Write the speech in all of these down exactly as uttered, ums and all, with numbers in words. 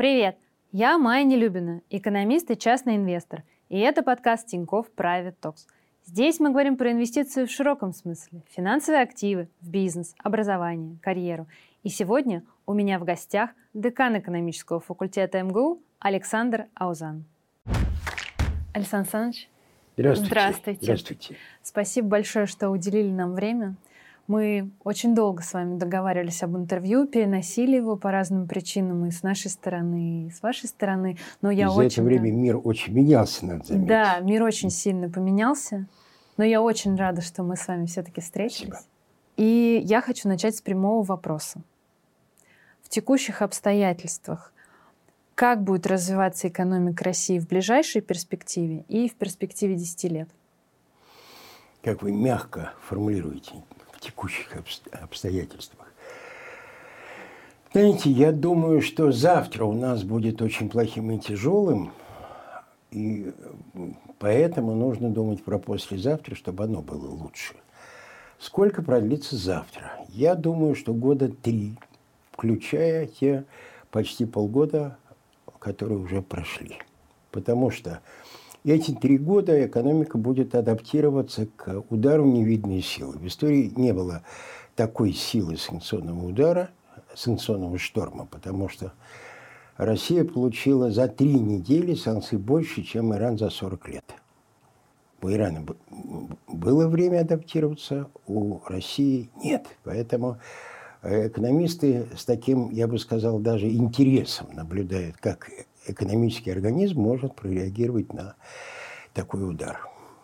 Привет! Я Майя Нелюбина, экономист и частный инвестор. И это подкаст Тинькофф Private Talks. Здесь мы говорим про инвестиции в широком смысле. Финансовые активы, в бизнес, образование, карьеру. И сегодня у меня в гостях декан экономического факультета эм гэ у Александр Аузан. Александр Александрович, Здравствуйте. Здравствуйте. Здравствуйте. Спасибо большое, что уделили нам время. Мы очень долго с вами договаривались об интервью, переносили его по разным причинам и с нашей стороны, и с вашей стороны. Но я и очень... за это время мир очень менялся, надо заметить. Да, мир очень сильно поменялся. Но я очень рада, что мы с вами все-таки встретились. Спасибо. И я хочу начать с прямого вопроса. В текущих обстоятельствах как будет развиваться экономика России в ближайшей перспективе и в перспективе десяти лет? Как вы мягко формулируете в текущих обстоятельствах. Знаете, я думаю, что завтра у нас будет очень плохим и тяжелым, и поэтому нужно думать про послезавтра, чтобы оно было лучше. Сколько продлится завтра? Я думаю, что года три, включая те почти полгода, которые уже прошли. Потому что эти три года экономика будет адаптироваться к удару невидимой силы. В истории не было такой силы санкционного удара, санкционного шторма, потому что Россия получила за три недели санкций больше, чем Иран за сорок лет. У Ирана было время адаптироваться, у России нет. Поэтому экономисты с таким, я бы сказал, даже интересом наблюдают, как экономический организм может прореагировать на такой удар.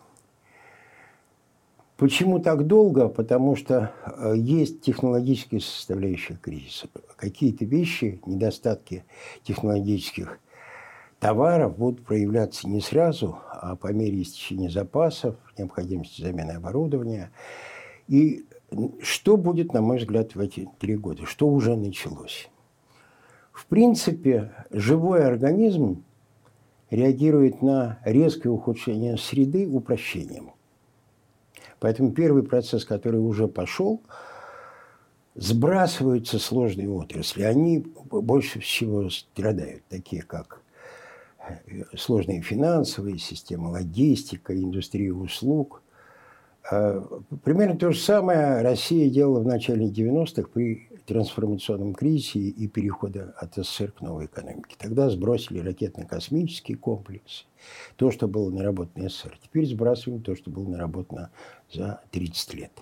Почему так долго? Потому что есть технологическая составляющая кризиса. Какие-то вещи, недостатки технологических товаров будут проявляться не сразу, а по мере истечения запасов, необходимости замены оборудования. И что будет, на мой взгляд, в эти три года? Что уже началось? В принципе, живой организм реагирует на резкое ухудшение среды упрощением. Поэтому первый процесс, который уже пошел, сбрасываются сложные отрасли. Они больше всего страдают, такие как сложные финансовые системы, логистика, индустрия услуг. Примерно то же самое Россия делала в начале девяностых при трансформационном кризисе и перехода от эс эс эс эр к новой экономике. Тогда сбросили ракетно-космический комплекс, то, что было наработано эс эс эс эр. Теперь сбрасываем то, что было наработано за тридцать лет.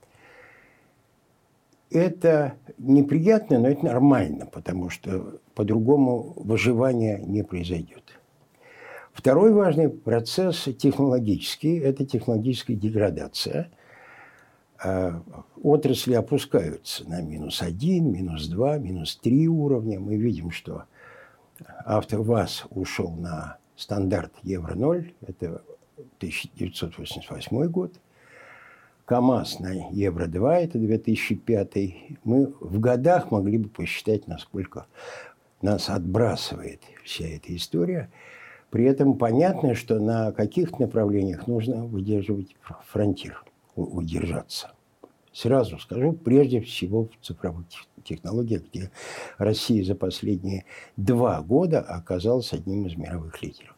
Это неприятно, но это нормально, потому что по-другому выживание не произойдет. Второй важный процесс технологический – это технологическая деградация. Отрасли опускаются на минус один, минус два, минус три уровня. Мы видим, что АвтоВАЗ ушел на стандарт евро ноль, это тысяча девятьсот восемьдесят восьмой год. КАМАЗ на евро два, это две тысячи пятый. Мы в годах могли бы посчитать, насколько нас отбрасывает вся эта история. При этом понятно, что на каких направлениях нужно выдерживать фронтир, удержаться. Сразу скажу, прежде всего в цифровых технологиях, где Россия за последние два года оказалась одним из мировых лидеров.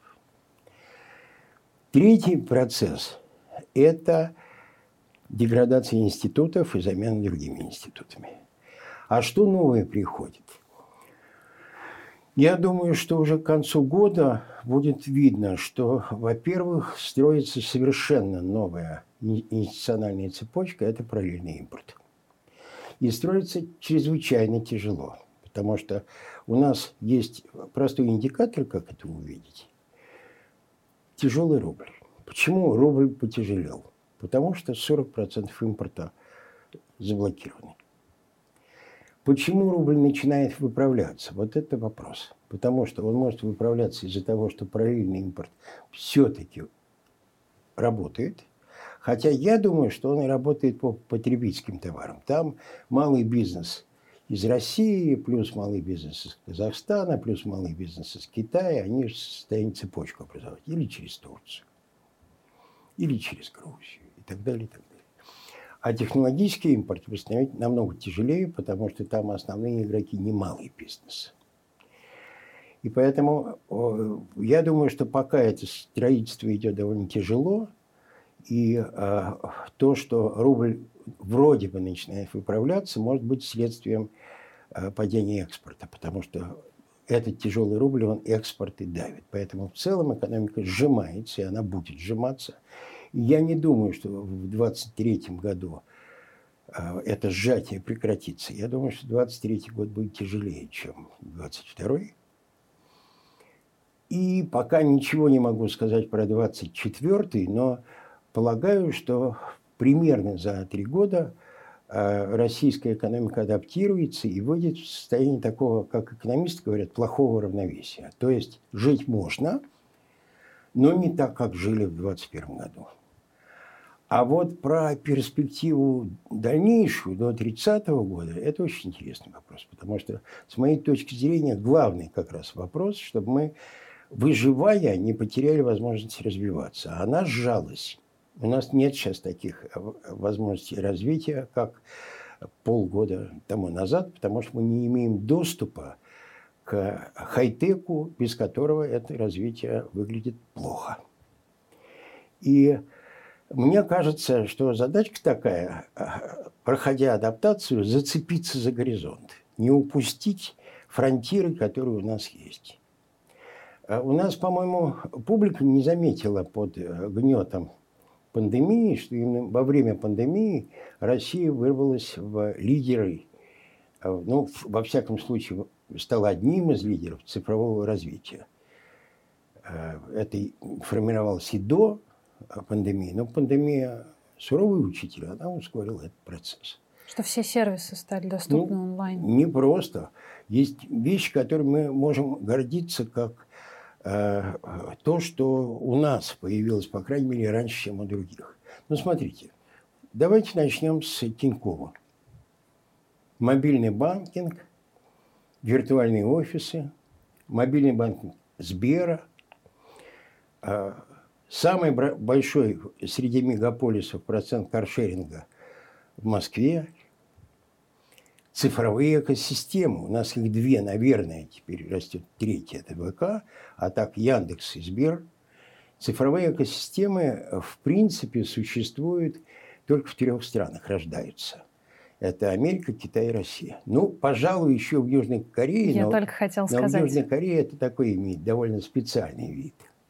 Третий процесс – это деградация институтов и замена другими институтами. А что новое приходит? Я думаю, что уже к концу года будет видно, что, во-первых, строится совершенно новая институциональная цепочка – это параллельный импорт. И строится чрезвычайно тяжело, потому что у нас есть простой индикатор, как это увидеть. Тяжелый рубль. Почему рубль потяжелел? Потому что сорок процентов импорта заблокированы. Почему рубль начинает выправляться? Вот это вопрос. Потому что он может выправляться из-за того, что параллельный импорт все-таки работает. Хотя я думаю, что он и работает по потребительским товарам. Там малый бизнес из России, плюс малый бизнес из Казахстана, плюс малый бизнес из Китая, они в состоянии цепочку образовать. Или через Турцию, или через Грузию, и так далее, и так далее. А технологический импорт восстановить намного тяжелее, потому что там основные игроки не малый бизнес. И поэтому я думаю, что пока это строительство идет довольно тяжело, и а, то, что рубль вроде бы начинает выправляться, может быть следствием а, падения экспорта, потому что этот тяжелый рубль, он экспорт и давит. Поэтому в целом экономика сжимается, и она будет сжиматься. И я не думаю, что в двадцать третьем году а, это сжатие прекратится. Я думаю, что двадцать третий год будет тяжелее, чем двадцать второй. И пока ничего не могу сказать про двадцать четвёртый, но полагаю, что примерно за три года российская экономика адаптируется и выйдет в состояние такого, как экономисты говорят, плохого равновесия. То есть жить можно, но не так, как жили в двадцать первом году. А вот про перспективу дальнейшую до тридцатого года – это очень интересный вопрос, потому что, с моей точки зрения, главный как раз вопрос, чтобы мы, выживая, не потеряли возможность развиваться. А она сжалась. У нас нет сейчас таких возможностей развития, как полгода тому назад, потому что мы не имеем доступа к хай-теку, без которого это развитие выглядит плохо. И мне кажется, что задачка такая, проходя адаптацию, зацепиться за горизонт, не упустить фронтиры, которые у нас есть. У нас, по-моему, публика не заметила под гнетом пандемии, что именно во время пандемии Россия вырвалась в лидеры, ну, во всяком случае, стала одним из лидеров цифрового развития. Это формировалось и до пандемии, но пандемия суровый учитель, она ускорила этот процесс. Что все сервисы стали доступны ну, онлайн. Не просто. Есть вещи, которыми мы можем гордиться, как э, то, что у нас появилось, по крайней мере, раньше, чем у других. Ну, смотрите, давайте начнем с Тинькова. Мобильный банкинг, виртуальные офисы, мобильный банкинг Сбера. Э, самый большой среди мегаполисов процент каршеринга в Москве. Цифровые экосистемы. У нас их две, наверное, теперь растет третья, это ВК, а так Яндекс и Сбер. Цифровые экосистемы, в принципе, существуют только в трех странах, рождаются. Это Америка, Китай и Россия. Ну, пожалуй, еще в Южной Корее. Я но, только хотел но сказать. в Южной Корее это такой имеет довольно специальный вид.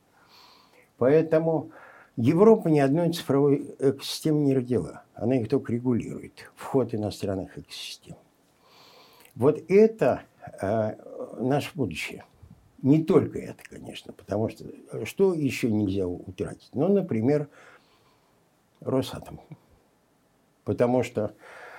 Поэтому Европа ни одной цифровой экосистемы не родила. Она их только регулирует. Вход иностранных экосистем. Вот это э, наше будущее. Не только это, конечно, потому что что еще нельзя утратить? Ну, например, Росатом. Потому что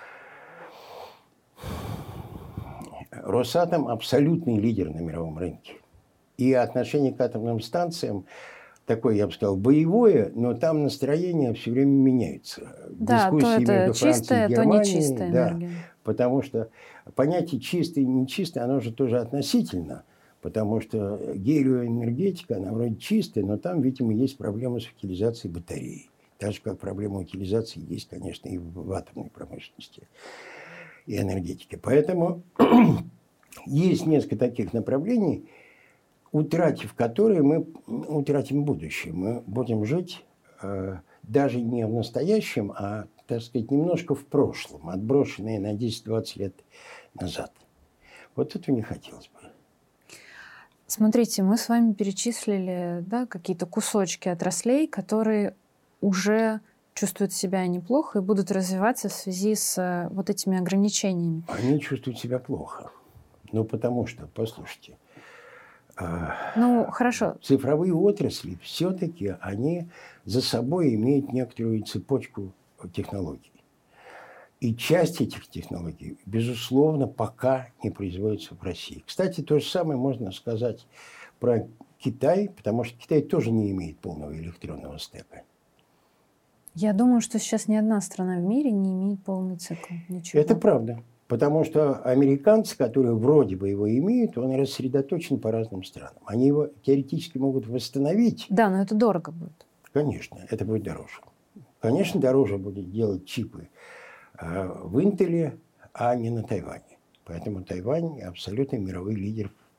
Росатом абсолютный лидер на мировом рынке. И отношение к атомным станциям такое, я бы сказал, боевое, но там настроения все время меняются. Да, дискуссии то это между Францией чистая, и Германией, то нечистая да, энергия. Потому что понятие чистое и нечистое, оно же тоже относительно. Потому что гелиоэнергетика, она вроде чистая, но там, видимо, есть проблемы с утилизацией батареи. Так же, как проблема утилизации есть, конечно, и в атомной промышленности и энергетике. Поэтому есть несколько таких направлений, утратив которые мы утратим будущее. Мы будем жить э, даже не в настоящем, а, так сказать, немножко в прошлом, отброшенные на десять-двадцать лет назад. Вот этого не хотелось бы. Смотрите, мы с вами перечислили, да, какие-то кусочки отраслей, которые уже чувствуют себя неплохо и будут развиваться в связи с вот этими ограничениями. Они чувствуют себя плохо. Ну, потому что, послушайте, ну, хорошо. Цифровые отрасли все-таки они за собой имеют некоторую цепочку технологий. И часть этих технологий, безусловно, пока не производится в России. Кстати, то же самое можно сказать про Китай, потому что Китай тоже не имеет полного электронного стека. Я думаю, что сейчас ни одна страна в мире не имеет полный цикл. Ничего. Это правда. Потому что американцы, которые вроде бы его имеют, он рассредоточен по разным странам. Они его теоретически могут восстановить. Да, но это дорого будет. Конечно, это будет дороже. Конечно, дороже будет делать чипы в Интеле, а не на Тайване. Поэтому Тайвань абсолютно мировой лидер в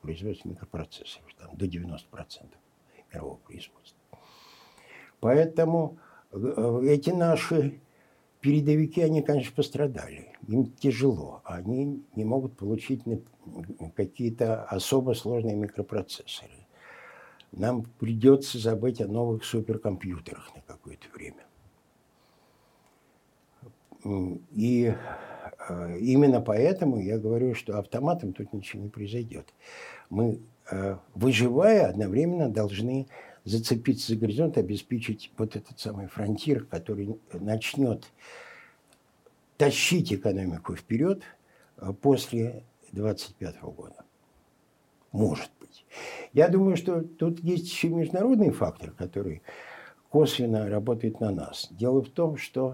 производство микропроцессоров, там, до девяноста процентов мирового производства. Поэтому эти наши передовики, они, конечно, пострадали. Им тяжело. Они не могут получить какие-то особо сложные микропроцессоры. Нам придется забыть о новых суперкомпьютерах на какое-то время. И именно поэтому я говорю, что автоматом тут ничего не произойдет. Мы, выживая, одновременно должны зацепиться за горизонт, обеспечить вот этот самый фронтир, который начнет тащить экономику вперед после двадцать пятого года. Может быть. Я думаю, что тут есть еще международный фактор, который косвенно работает на нас. Дело в том, что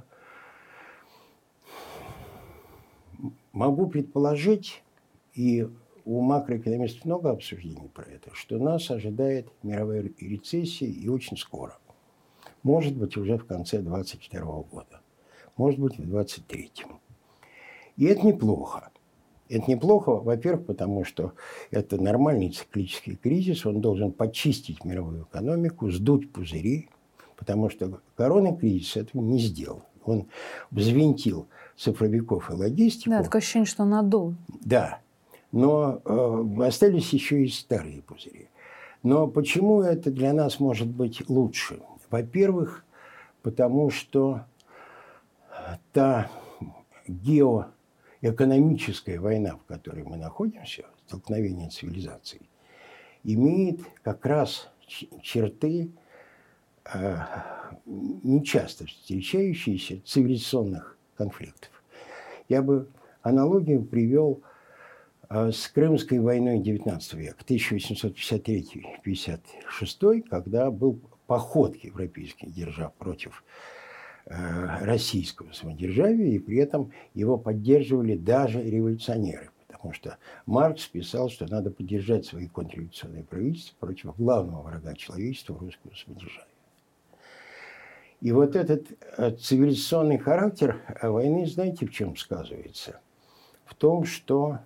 могу предположить, и у макроэкономистов много обсуждений про это, что нас ожидает мировая рецессия и очень скоро. Может быть, уже в конце двадцать второго года. Может быть, в двадцать третьем. И это неплохо. Это неплохо, во-первых, потому что это нормальный циклический кризис, он должен почистить мировую экономику, сдуть пузыри, потому что коронакризис этого не сделал. Он взвинтил цифровиков и логистику. Да, такое ощущение, что он надул. Да, но э, остались еще и старые пузыри. Но почему это для нас может быть лучше? Во-первых, потому что та гео экономическая война, в которой мы находимся, столкновение цивилизаций, имеет как раз черты э, нечасто встречающихся цивилизационных конфликтов. Я бы аналогию привел э, с Крымской войной девятнадцатого века, тысяча восемьсот пятьдесят третий — пятьдесят шестой, когда был поход европейских держав против российского самодержавия, и при этом его поддерживали даже революционеры, потому что Маркс писал, что надо поддержать свои контрреволюционные правительства против главного врага человечества — русского самодержавия. И вот этот цивилизационный характер войны, знаете, в чем сказывается? В том, что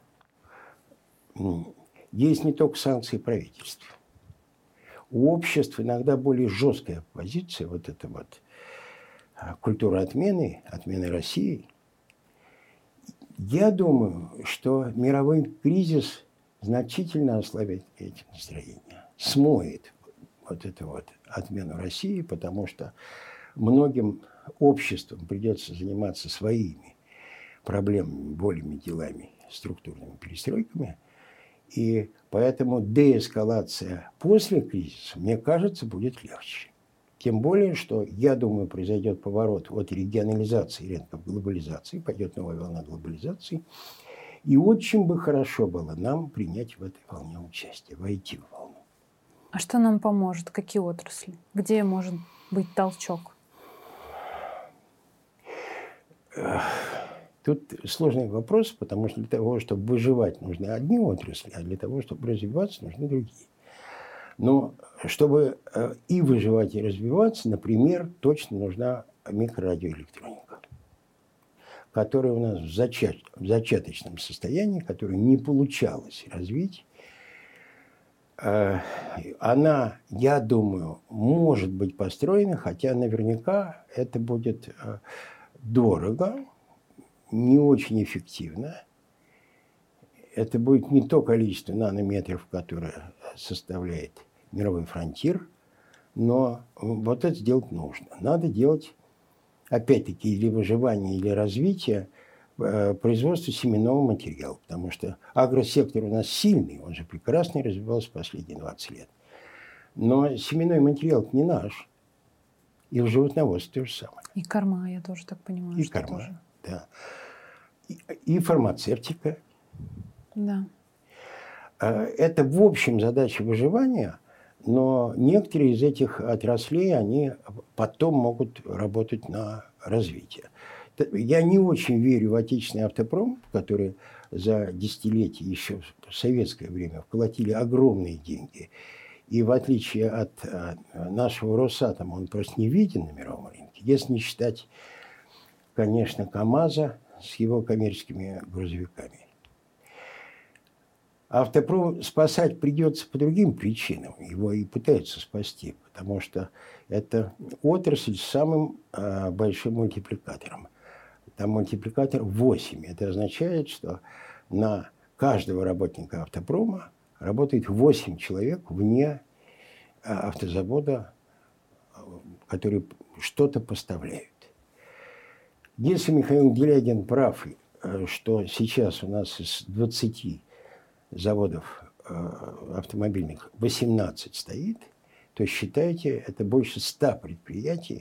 есть не только санкции правительства. У обществ иногда более жесткая позиция, вот эта вот культура отмены, отмены России. Я думаю, что мировой кризис значительно ослабит эти настроения, смоет вот эту вот отмену России, потому что многим обществам придется заниматься своими проблемами, болями, делами, структурными перестройками. И поэтому деэскалация после кризиса, мне кажется, будет легче. Тем более, что, я думаю, произойдет поворот от регионализации рынков к глобализации, пойдет новая волна глобализации. И очень бы хорошо было нам принять в этой волне участие, войти в волну. А что нам поможет? Какие отрасли? Где может быть толчок? Тут сложный вопрос, потому что для того, чтобы выживать, нужны одни отрасли, а для того, чтобы развиваться, нужны другие. Но чтобы и выживать, и развиваться, например, точно нужна микрорадиоэлектроника, которая у нас в, зачат, в зачаточном состоянии, которую не получалось развить. Она, я думаю, может быть построена, хотя наверняка это будет дорого, не очень эффективно. Это будет не то количество нанометров, которое составляет мировой фронтир, но вот это сделать нужно. Надо делать, опять-таки, или выживание, или развитие э, производства семенного материала, потому что агросектор у нас сильный, он же прекрасно развивался последние двадцать лет. Но семенной материал не наш. И в животноводстве то же самое. И корма, я тоже так понимаю. И что корма, тоже. да. И, и фармацевтика. Да. Это, в общем, задача выживания, но некоторые из этих отраслей, они потом могут работать на развитие. Я не очень верю в отечественный автопром, который за десятилетия еще в советское время вколотили огромные деньги. И в отличие от нашего Росатома, он просто не виден на мировом рынке. Если не считать, конечно, КАМАЗа с его коммерческими грузовиками. Автопром спасать придется по другим причинам. Его и пытаются спасти, потому что это отрасль с самым э, большим мультипликатором. Там мультипликатор восемь. Это означает, что на каждого работника автопрома работает восемь человек вне э, автозавода, которые что-то поставляют. Если Михаил Делягин прав, э, что сейчас у нас из двадцати заводов э, автомобильных восемнадцать стоит, то считайте, это больше ста предприятий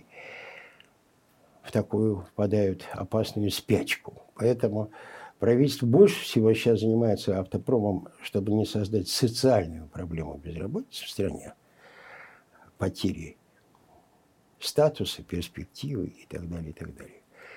в такую впадают опасную спячку. Поэтому правительство больше всего сейчас занимается автопромом, чтобы не создать социальную проблему безработицы в стране, потери статуса, перспективы и так далее, и так далее.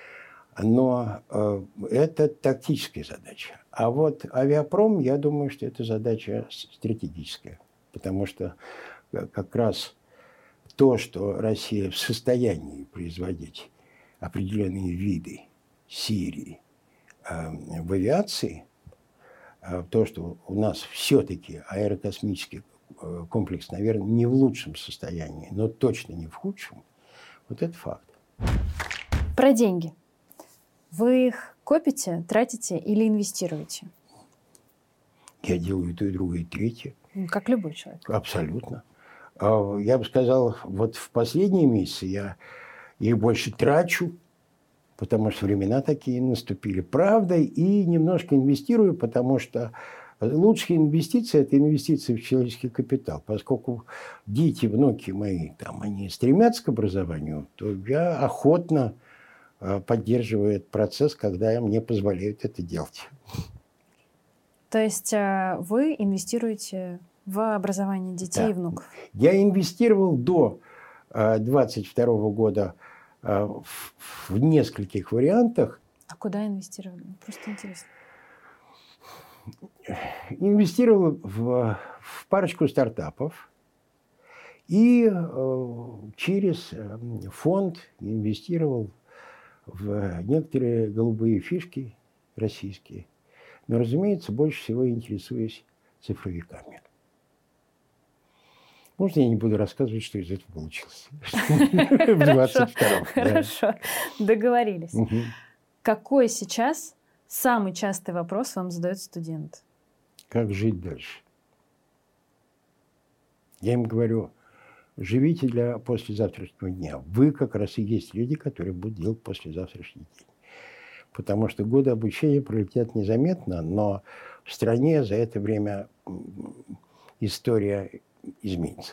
Но э, это тактическая задача. А вот авиапром, я думаю, что это задача стратегическая. Потому что как раз то, что Россия в состоянии производить определенные виды серии э, в авиации, э, то, что у нас все-таки аэрокосмический э, комплекс, наверное, не в лучшем состоянии, но точно не в худшем, вот это факт. Про деньги. Вы их копите, тратите или инвестируете? Я делаю и то, и другое, и третье. Как любой человек. Абсолютно. Я бы сказал, вот в последние месяцы я их больше трачу, потому что времена такие наступили. Правда, и немножко инвестирую, потому что лучшие инвестиции – это инвестиции в человеческий капитал. Поскольку дети, внуки мои, там, они стремятся к образованию, то я охотно поддерживаю этот процесс, когда мне позволяют это делать. То есть вы инвестируете в образование детей, да, и внуков? Я инвестировал до двадцать второго года в, в нескольких вариантах. А куда инвестировали? Просто интересно. Инвестировал в, в парочку стартапов и э, через фонд инвестировал в некоторые голубые фишки российские. Но, разумеется, больше всего интересуюсь цифровиками. Можно я не буду рассказывать, что из этого получилось? В двадцать втором. Хорошо, договорились. Какой сейчас самый частый вопрос вам задает студент? Как жить дальше? Я им говорю, живите для послезавтрашнего дня. Вы как раз и есть люди, которые будут делать послезавтрашний день. Потому что годы обучения пролетят незаметно, но в стране за это время история изменится.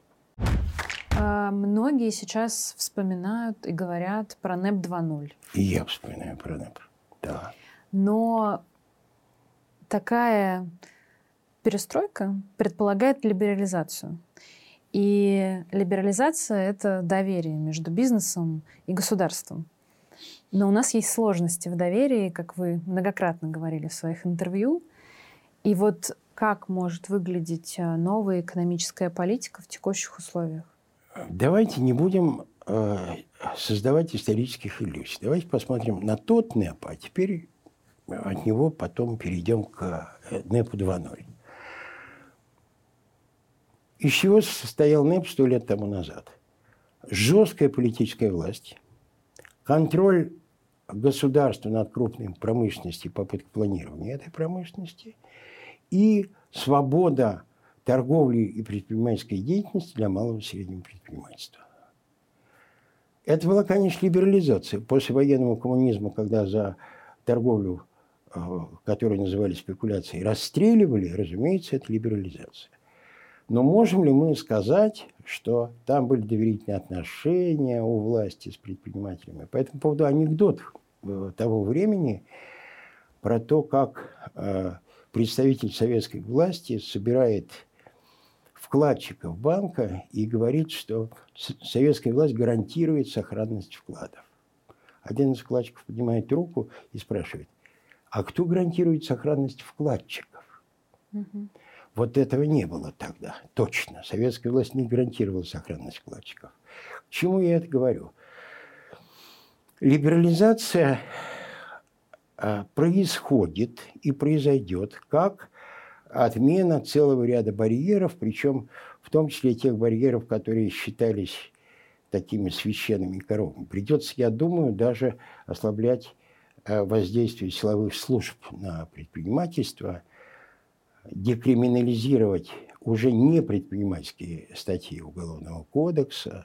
А многие сейчас вспоминают и говорят про НЭП два ноль. И я вспоминаю про НЭП, да. Но такая перестройка предполагает либерализацию. И либерализация – это доверие между бизнесом и государством. Но у нас есть сложности в доверии, как вы многократно говорили в своих интервью. И вот как может выглядеть новая экономическая политика в текущих условиях? Давайте не будем э, создавать исторических иллюзий. Давайте посмотрим на тот НЭП, а теперь от него потом перейдем к НЭПу два ноль. Из чего состоял НЭП сто лет тому назад? Жесткая политическая власть, контроль государства над крупной промышленностью, попытка планирования этой промышленности и свобода торговли и предпринимательской деятельности для малого и среднего предпринимательства. Это была, конечно, либерализация. После военного коммунизма, когда за торговлю, которую называли спекуляцией, расстреливали, разумеется, это либерализация. Но можем ли мы сказать, что там были доверительные отношения у власти с предпринимателями? По этому поводу анекдот того времени про то, как представитель советской власти собирает вкладчиков банка и говорит, что советская власть гарантирует сохранность вкладов. Один из вкладчиков поднимает руку и спрашивает, а кто гарантирует сохранность вкладчиков? Угу. Вот этого не было тогда, точно. Советская власть не гарантировала сохранность вкладчиков. К чему я это говорю? Либерализация происходит и произойдет как отмена целого ряда барьеров, причем в том числе тех барьеров, которые считались такими священными коровами. Придется, я думаю, даже ослаблять воздействие силовых служб на предпринимательство, декриминализировать уже не предпринимательские статьи Уголовного кодекса,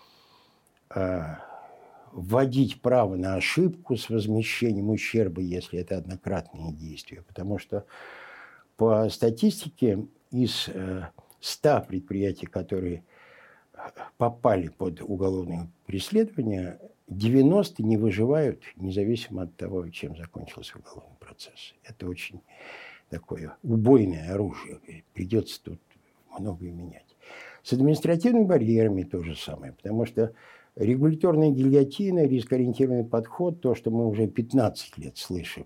вводить право на ошибку с возмещением ущерба, если это однократные действия. Потому что по статистике из ста предприятий, которые попали под уголовное преследование, девяносто не выживают, независимо от того, чем закончился уголовный процесс. Это очень такое убойное оружие. Придется тут многое менять. С административными барьерами то же самое, потому что регуляторная гильотина, рискоориентированный подход, то, что мы уже пятнадцать лет слышим,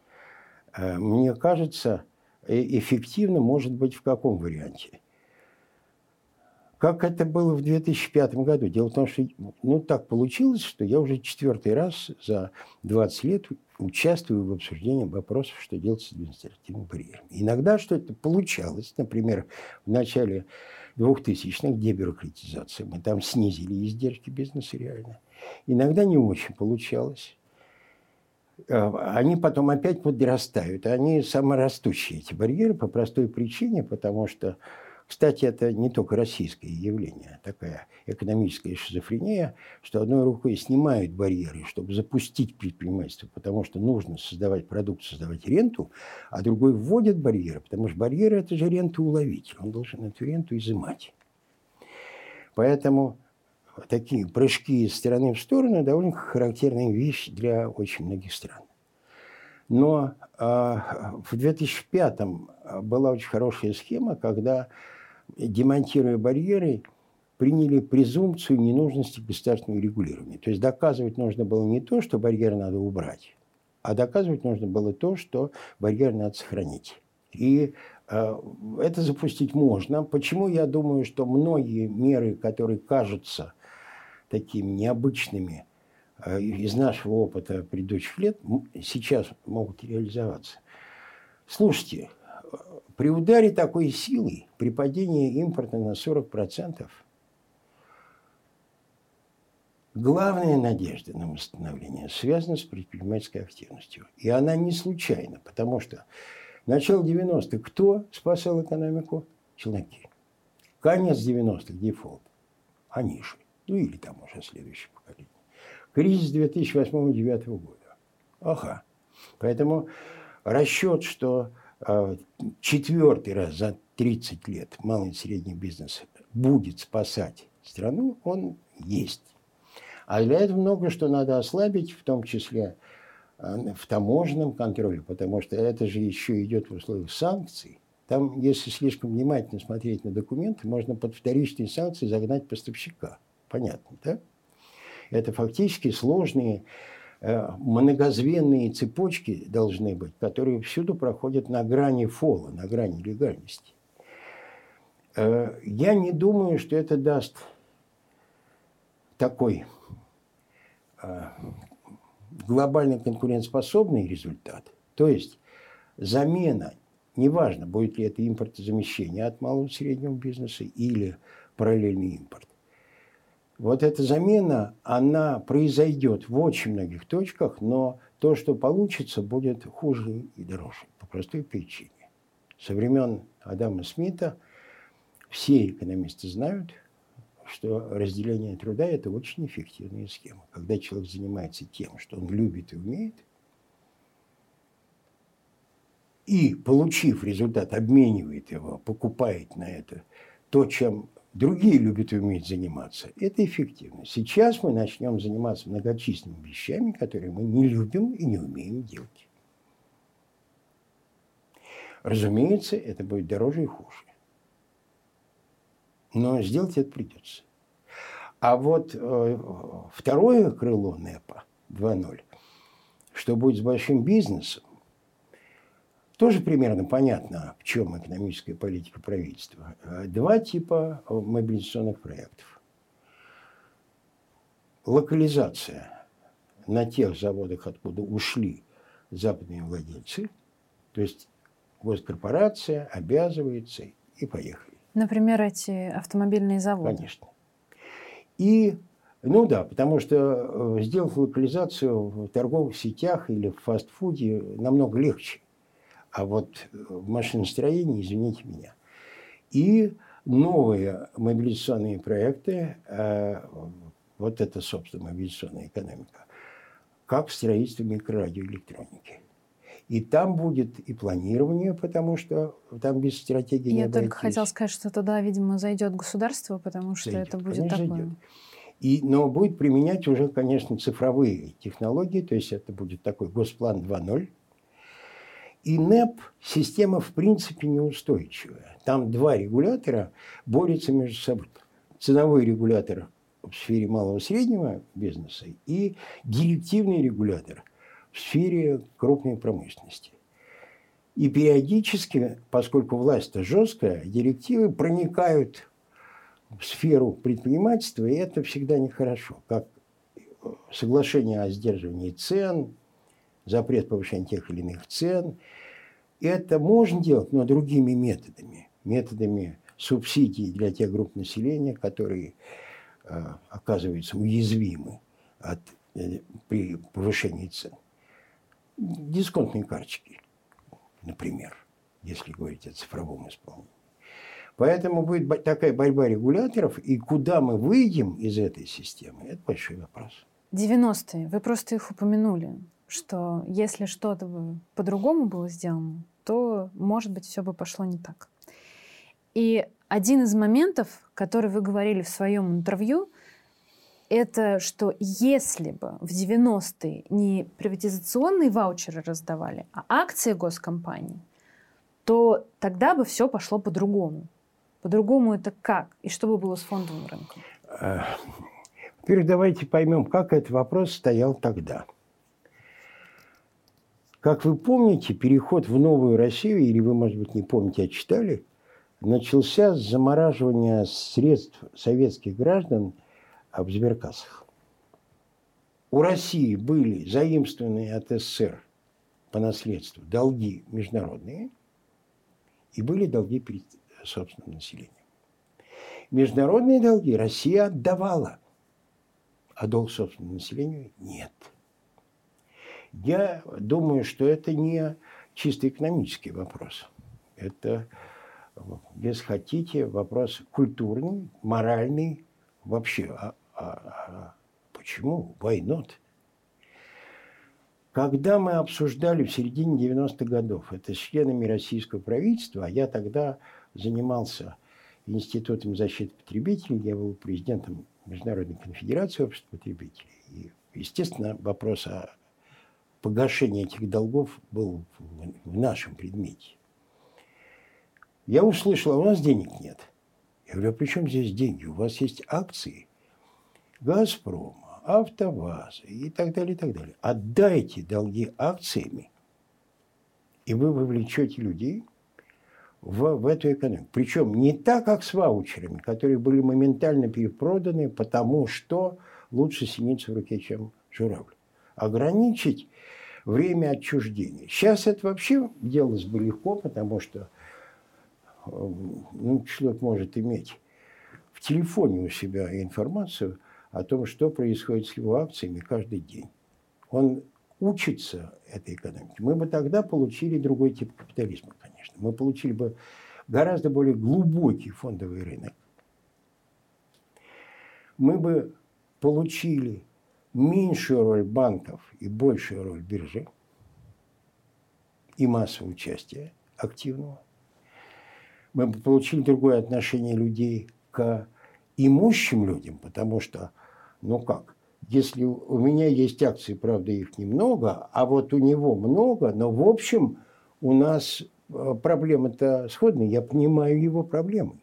мне кажется, эффективно может быть в каком варианте? Как это было в две тысячи пятом году? Дело в том, что ну, так получилось, что я уже четвертый раз за двадцать лет участвую в обсуждении вопросов, что делать с административными барьерами. Иногда что-то получалось. Например, в начале двухтысячных дебюрократизация. Мы там снизили издержки бизнеса реально. Иногда не очень получалось. Они потом опять подрастают. Они саморастущие, эти барьеры, по простой причине, потому что, кстати, это не только российское явление, такая экономическая шизофрения, что одной рукой снимают барьеры, чтобы запустить предпринимательство, потому что нужно создавать продукт, создавать ренту, а другой вводит барьеры, потому что барьеры – это же рентоуловитель, он должен эту ренту изымать. Поэтому такие прыжки из стороны в сторону довольно характерная вещь для очень многих стран. Но э, в две тысячи пятом была очень хорошая схема, когда, демонтируя барьеры, приняли презумпцию ненужности государственного регулирования. То есть доказывать нужно было не то, что барьеры надо убрать, а доказывать нужно было то, что барьеры надо сохранить. И э, это запустить можно. Почему я думаю, что многие меры, которые кажутся такими необычными э, из нашего опыта предыдущих лет, сейчас могут реализоваться? Слушайте, при ударе такой силы, при падении импорта на сорок процентов, главная надежда на восстановление связана с предпринимательской активностью. И она не случайна, потому что начало девяностых кто спасал экономику? Челноки. Конец девяностых дефолт. Они же. Ну или там уже следующее поколение. Кризис две тысячи восьмого — две тысячи девятого года. Ага. Поэтому расчет, что э, четвертый раз за тридцать лет малый и средний бизнес будет спасать страну, он есть. А для этого много что надо ослабить, в том числе э, в таможенном контроле, потому что это же еще идет в условиях санкций. Там, если слишком внимательно смотреть на документы, можно под вторичные санкции загнать поставщика. Понятно, да? Это фактически сложные э, многозвенные цепочки должны быть, которые всюду проходят на грани фола, на грани легальности. Э, я не думаю, что это даст такой э, глобально конкурентоспособный результат. То есть замена, неважно, будет ли это импортозамещение от малого и среднего бизнеса или параллельный импорт. Вот эта замена, она произойдет в очень многих точках, но то, что получится, будет хуже и дороже. По простой причине. Со времен Адама Смита все экономисты знают, что разделение труда – это очень эффективная схема. Когда человек занимается тем, что он любит и умеет, и, получив результат, обменивает его, покупает на это то, чем другие любят и умеют заниматься, это эффективно. Сейчас мы начнем заниматься многочисленными вещами, которые мы не любим и не умеем делать. Разумеется, это будет дороже и хуже. Но сделать это придется. А вот э, второе крыло НЭПа два ноль, что будет с большим бизнесом, тоже примерно понятно, в чем экономическая политика правительства. Два типа мобилизационных проектов. Локализация на тех заводах, откуда ушли западные владельцы. То есть Госкорпорация обязывается, и поехали. Например, эти автомобильные заводы. Конечно. И, ну да, потому что сделать локализацию в торговых сетях или в фастфуде намного легче. А вот в машиностроении, извините меня. И новые мобилизационные проекты, вот это, собственно, мобилизационная экономика, как в строительстве микрорадиоэлектроники. И там будет и планирование, потому что там без стратегии не обойтись. Я только хотела сказать, что туда, видимо, зайдет государство, потому что зайдет, это будет конечно, такое. Зайдет. И, но будет применять уже, конечно, цифровые технологии, то есть это будет такой Госплан два ноль. И НЭП система в принципе неустойчивая. Там два регулятора борются между собой. Ценовой регулятор в сфере малого и среднего бизнеса и директивный регулятор в сфере крупной промышленности. И периодически, поскольку власть-то жесткая, директивы проникают в сферу предпринимательства, и это всегда нехорошо. Как соглашение о сдерживании цен, запрет повышения тех или иных цен. Это можно делать, но другими методами. Методами субсидий для тех групп населения, которые э, оказываются уязвимы от, э, при повышении цен. Дисконтные карточки, например, если говорить о цифровом исполнении. Поэтому будет такая борьба регуляторов, и куда мы выйдем из этой системы, это большой вопрос. девяностые, вы просто их упомянули, что если что-то бы по-другому было сделано, то, может быть, все бы пошло не так. И один из моментов, который вы говорили в своем интервью, это что если бы в девяностые не приватизационные ваучеры раздавали, а акции госкомпаний, то тогда бы все пошло по-другому. По-другому это как? И что бы было с фондовым рынком? Во-первых, давайте поймем, как этот вопрос стоял тогда. Как вы помните, переход в новую Россию, или вы, может быть, не помните, а читали, начался с замораживания средств советских граждан в сберкассах. У России были заимствованные от СССР по наследству долги международные и были долги перед собственным населением. Международные долги Россия отдавала, а долг собственному населению нет. Я думаю, что это не чисто экономический вопрос. Это, если хотите, вопрос культурный, моральный. Вообще, а, а, а почему? Why not? Когда мы обсуждали в середине девяностых годов это с членами российского правительства, а я тогда занимался Институтом защиты потребителей, я был президентом Международной конфедерации обществ потребителей. И, естественно, вопрос о погашении этих долгов был в нашем предмете. Я услышал, а у нас денег нет. Я говорю, а при чем здесь деньги? У вас есть акции «Газпрома», «АвтоВАЗа» и так далее, и так далее. Отдайте долги акциями, и вы вовлечете людей в, в эту экономику. Причем не так, как с ваучерами, которые были моментально перепроданы, потому что лучше синица в руке, чем журавль. Ограничить время отчуждения. Сейчас это вообще делалось бы легко, потому что ну, человек может иметь в телефоне у себя информацию о том, что происходит с его акциями каждый день. Он учится этой экономике. Мы бы тогда получили другой тип капитализма, конечно. Мы получили бы гораздо более глубокий фондовый рынок. Мы бы получили меньшую роль банков и большую роль биржи и массовое участие активного. Мы бы получили другое отношение людей к имущим людям, потому что, ну как, если у меня есть акции, правда, их немного, а вот у него много, но в общем у нас проблемы-то сходные, я понимаю его проблемы.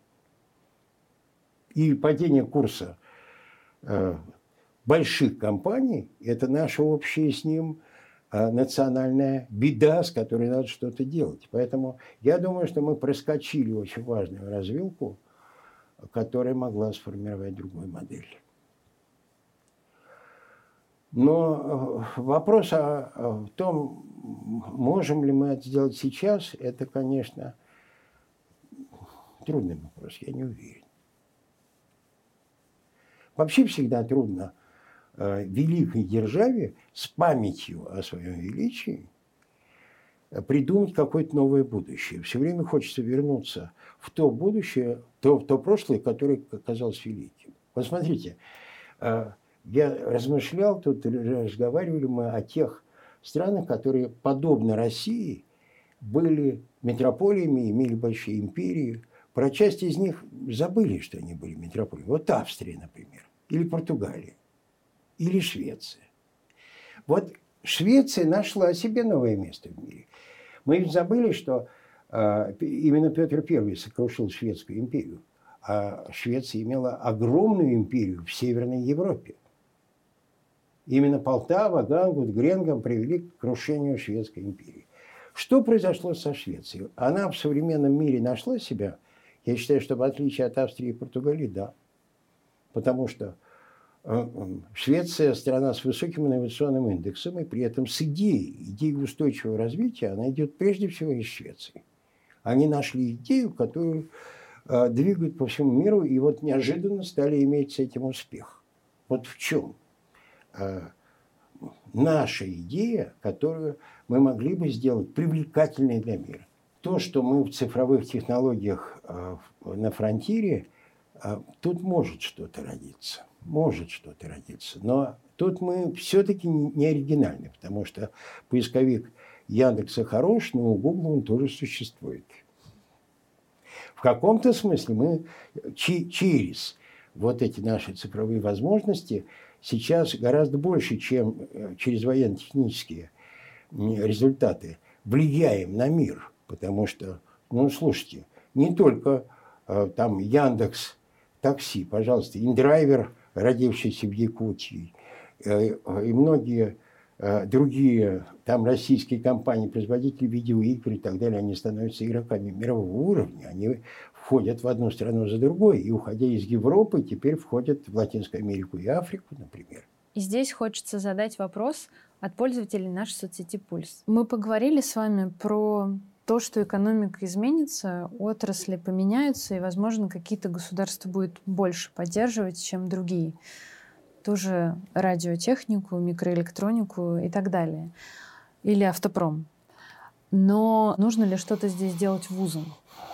И падение курса э, больших компаний – это наша общая с ним э, национальная беда, с которой надо что-то делать. Поэтому я думаю, что мы проскочили очень важную развилку, которая могла сформировать другую модель. Но вопрос о, о том, можем ли мы это сделать сейчас, это, конечно, трудный вопрос, я не уверен. Вообще всегда трудно э, великой державе с памятью о своем величии придумать какое-то новое будущее. Все время хочется вернуться в то будущее, то, в то прошлое, которое оказалось великим. Вот смотрите, э, я размышлял, тут разговаривали мы о тех странах, которые, подобно России, были метрополиями, имели большие империи. Про часть из них забыли, что они были метрополиями. Вот Австрия, например, или Португалия, или Швеция. Вот Швеция нашла себе новое место в мире. Мы ведь забыли, что э, именно Петр Первый сокрушил Шведскую империю, а Швеция имела огромную империю в Северной Европе. Именно Полтава, Гангут, Гренгам привели к крушению Шведской империи. Что произошло со Швецией? Она в современном мире нашла себя? Я считаю, что в отличие от Австрии и Португалии, да. Потому что Швеция – страна с высоким инновационным индексом, и при этом с идеей, идеей устойчивого развития, она идет прежде всего из Швеции. Они нашли идею, которую э, двигают по всему миру, и вот неожиданно стали иметь с этим успех. Вот в чем э, наша идея, которую мы могли бы сделать привлекательной для мира. То, что мы в цифровых технологиях э, на фронтире, э, тут может что-то родиться. Может что-то родиться. Но тут мы все-таки не оригинальны, потому что поисковик Яндекса хорош, но у Гугла он тоже существует. В каком-то смысле мы через вот эти наши цифровые возможности сейчас гораздо больше, чем через военно-технические результаты, влияем на мир. Потому что, ну, слушайте, не только э, там Яндекс Такси, пожалуйста, индрайвер, родившийся в Якутии, э, и многие э, другие там российские компании, производители видеоигр и так далее, они становятся игроками мирового уровня. Они входят в одну страну за другой, и, уходя из Европы, теперь входят в Латинскую Америку и Африку, например. И здесь хочется задать вопрос от пользователей нашей соцсети «Пульс». Мы поговорили с вами про то, что экономика изменится, отрасли поменяются, и, возможно, какие-то государства будут больше поддерживать, чем другие. Ту же радиотехнику, микроэлектронику и так далее. Или автопром. Но нужно ли что-то здесь делать вузом?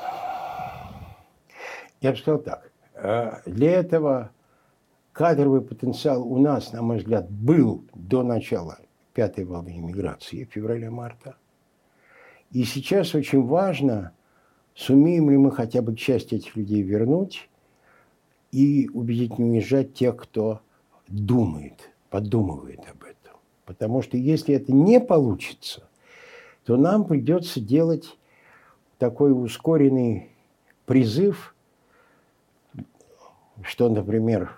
Я бы сказал так. Для этого кадровый потенциал у нас, на мой взгляд, был до начала пятой волны миграции, февраля-марта. И сейчас очень важно, сумеем ли мы хотя бы часть этих людей вернуть и убедить не уезжать тех, кто думает, подумывает об этом. Потому что если это не получится, то нам придется делать такой ускоренный призыв, что, например,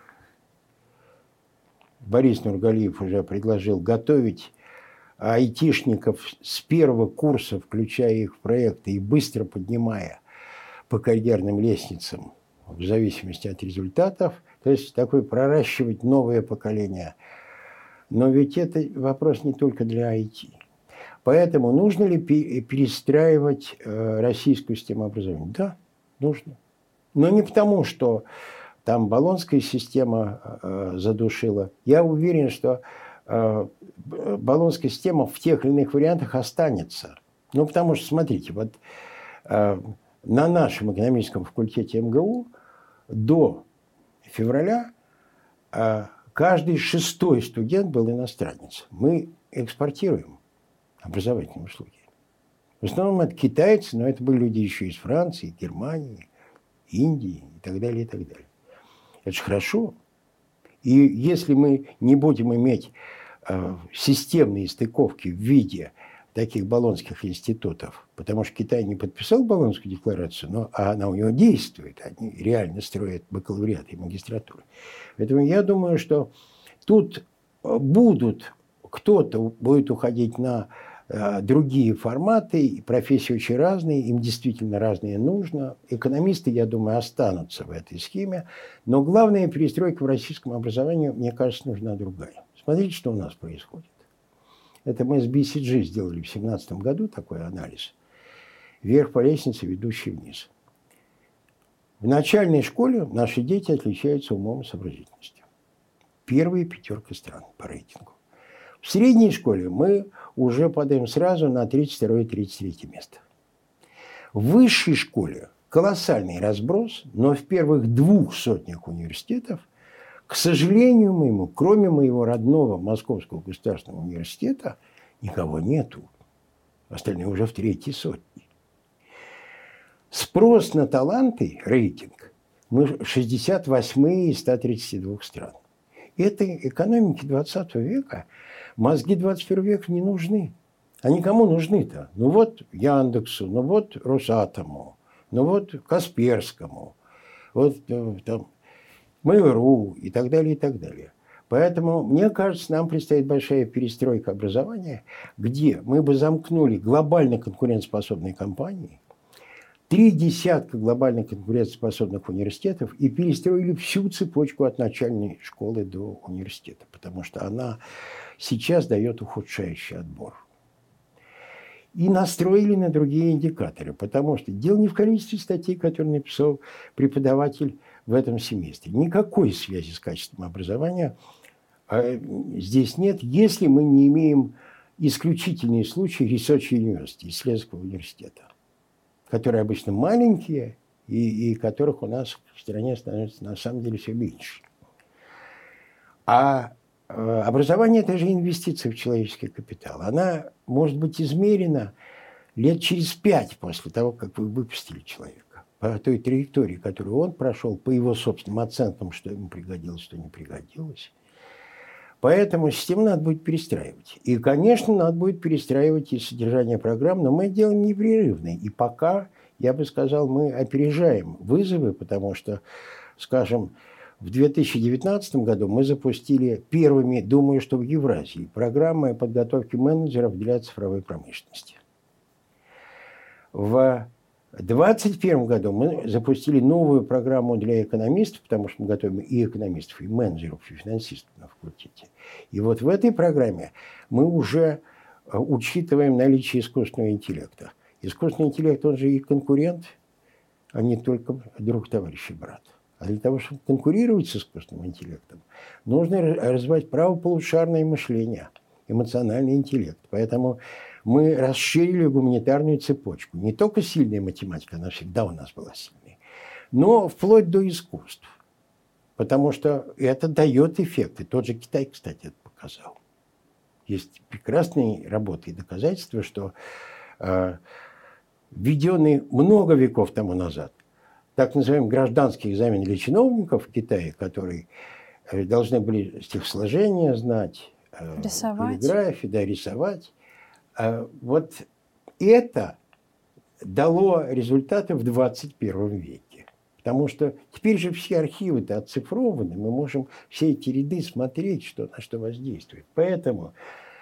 Борис Нургалиев уже предложил готовить айтишников с первого курса, включая их в проекты и быстро поднимая по карьерным лестницам в зависимости от результатов, то есть такой проращивать новое поколение. Но ведь это вопрос не только для ай ти. Поэтому нужно ли перестраивать российскую систему образования? Да, нужно. Но не потому, что там болонская система задушила. Я уверен, что болонская система в тех или иных вариантах останется. Ну, потому что, смотрите, вот на нашем экономическом факультете эм гэ у до февраля каждый шестой студент был иностранец. Мы экспортируем образовательные услуги. В основном это китайцы, но это были люди еще из Франции, Германии, Индии и так далее, и так далее. Это же хорошо. И если мы не будем иметь э, системные стыковки в виде таких болонских институтов, потому что Китай не подписал Болонскую декларацию, но она у него действует, они реально строят бакалавриат и магистратуру. Поэтому я думаю, что тут будут, кто-то будет уходить на э, другие форматы, и профессии очень разные, им действительно разные нужно. Экономисты, я думаю, останутся в этой схеме, но главная перестройка в российском образовании, мне кажется, нужна другая. Смотрите, что у нас происходит. Это мы с би си джи сделали в две тысячи семнадцатом году такой анализ. Вверх по лестнице, ведущий вниз. В начальной школе наши дети отличаются умом и сообразительностью. Первая пятерка стран по рейтингу. В средней школе мы уже падаем сразу на тридцать второе - тридцать третье место. В высшей школе колоссальный разброс, но в первых двух сотнях университетов, к сожалению моему, кроме моего родного Московского государственного университета, никого нету. Остальные уже в третьей сотне. Спрос на таланты, рейтинг, мы шестьдесят восьмые из ста тридцати двух стран. Этой экономике двадцатого века мозги двадцать первого века не нужны. Они кому нужны-то? Ну вот Яндексу, ну вот Росатому, ну вот Касперскому, вот там Mail.ru и так далее, и так далее. Поэтому, мне кажется, нам предстоит большая перестройка образования, где мы бы замкнули глобально конкурентоспособные компании, три десятка глобально конкурентоспособных университетов и перестроили всю цепочку от начальной школы до университета, потому что она сейчас дает ухудшающий отбор. И настроили на другие индикаторы, потому что дело не в количестве статей, которые написал преподаватель в этом семестре. Никакой связи с качеством образования здесь нет, если мы не имеем исключительные случаи Research University, исследовательского университета, которые обычно маленькие и, и которых у нас в стране становится на самом деле все меньше. А э, образование – это же инвестиция в человеческий капитал. Она может быть измерена лет через пять после того, как вы выпустили человека. По той траектории, которую он прошел, по его собственным оценкам, что ему пригодилось, что не пригодилось. Поэтому систему надо будет перестраивать. И, конечно, надо будет перестраивать и содержание программ, но мы это делаем непрерывно. И пока, я бы сказал, мы опережаем вызовы, потому что, скажем, в две тысячи девятнадцатом году мы запустили первыми, думаю, что в Евразии, программы подготовки менеджеров для цифровой промышленности. В две тысячи двадцать первом году мы запустили новую программу для экономистов, потому что мы готовим и экономистов, и менеджеров, и финансистов на факультете. И вот в этой программе мы уже учитываем наличие искусственного интеллекта. Искусственный интеллект, он же и конкурент, а не только друг, товарищ и брат. А для того, чтобы конкурировать с искусственным интеллектом, нужно развивать правополушарное мышление, эмоциональный интеллект. Поэтому мы расширили гуманитарную цепочку. Не только сильная математика, она всегда у нас была сильной, но вплоть до искусств. Потому что это дает эффекты. Тот же Китай, кстати, это показал. Есть прекрасные работы и доказательства, что э, введенный много веков тому назад так называемый гражданский экзамен для чиновников в Китае, которые э, должны были стихосложение знать, э, каллиграфию, да, рисовать. Вот это дало результаты в двадцать первом веке. Потому что теперь же все архивы-то оцифрованы, мы можем все эти ряды смотреть, что на что воздействует. Поэтому